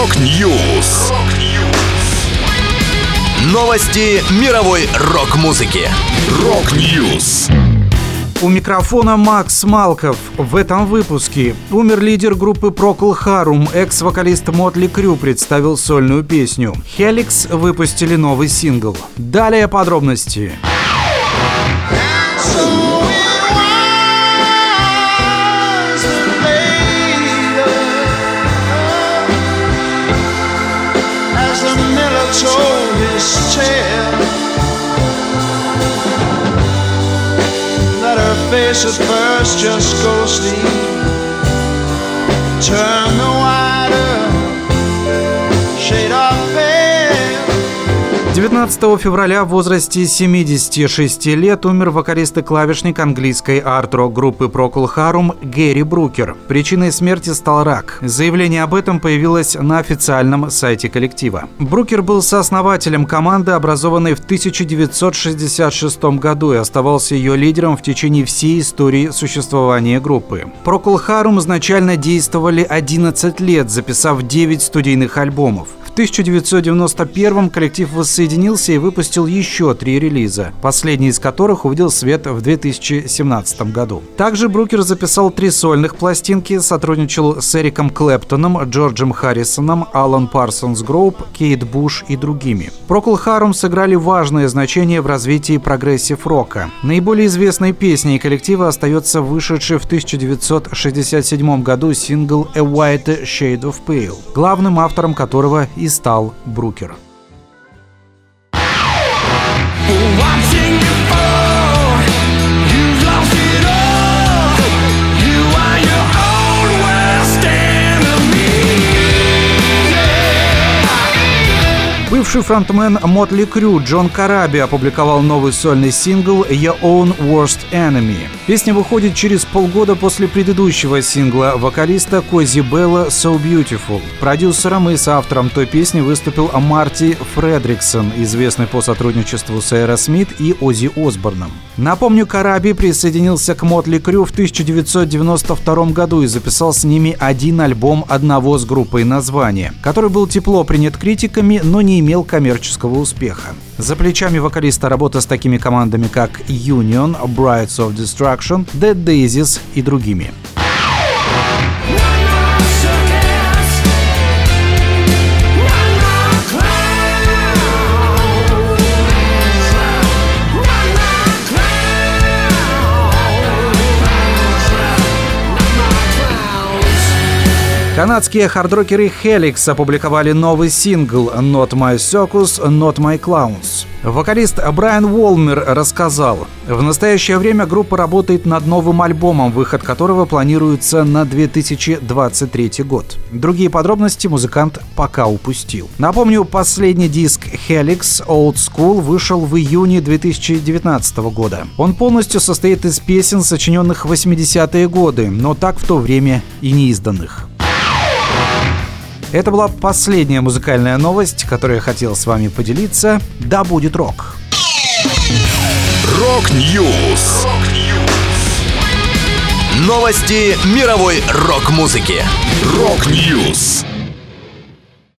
Рок-Ньюс. Новости мировой рок-музыки. Рок-Ньюс. У микрофона Макс Малков. В этом выпуске умер лидер группы Procol Harum, экс-вокалист Motley Crue представил сольную песню. Helix выпустили новый сингл. Далее подробности. Face at first just go to sleep. Turn the wider shade of pale. 19 февраля в возрасте 76 лет умер вокалист и клавишник английской арт-рок группы Procol Harum Гэри Брукер. Причиной смерти стал рак. Заявление об этом появилось на официальном сайте коллектива. Брукер был сооснователем команды, образованной в 1966 году, и оставался ее лидером в течение всей истории существования группы. Procol Harum изначально действовали 11 лет, записав 9 студийных альбомов. В 1991 коллектив воссоединился и выпустил еще 3 релиза, последний из которых увидел свет в 2017 году. Также Брукер записал 3 сольных пластинки, сотрудничал с Эриком Клэптоном, Джорджем Харрисоном, Алан Парсонс Гроуп, Кейт Буш и другими. Procol Harum сыграли важное значение в развитии прогрессив-рока. Наиболее известной песней коллектива остается вышедший в 1967 году сингл «A White Shade of Pale», главным автором которого и стал Брукер. Бывший фронтмен Motley Crue Джон Караби опубликовал новый сольный сингл «Your Own Worst Enemy». Песня выходит через полгода после предыдущего сингла вокалиста Кози Белла «So Beautiful». Продюсером и соавтором той песни выступил Марти Фредриксон, известный по сотрудничеству с Aerosmith и Оззи Осборном. Напомню, Караби присоединился к Motley Crue в 1992 году и записал с ними один альбом одного с группой названия, который был тепло принят критиками, но не имел коммерческого успеха. За плечами вокалиста работа с такими командами, как Union, Brides of Destruction, Dead Daisies и другими. Канадские хардрокеры Helix опубликовали новый сингл «Not My Circus, Not My Clowns». Вокалист Брайан Уолмер рассказал: в настоящее время группа работает над новым альбомом, выход которого планируется на 2023 год. Другие подробности музыкант пока упустил. Напомню, последний диск Helix Old School вышел в июне 2019 года. Он полностью состоит из песен, сочиненных в 80-е годы, но так в то время и не изданных. Это была последняя музыкальная новость, которую я хотел с вами поделиться. Да будет рок! Рок-Ньюс. Новости мировой рок-музыки. Рок-Ньюс.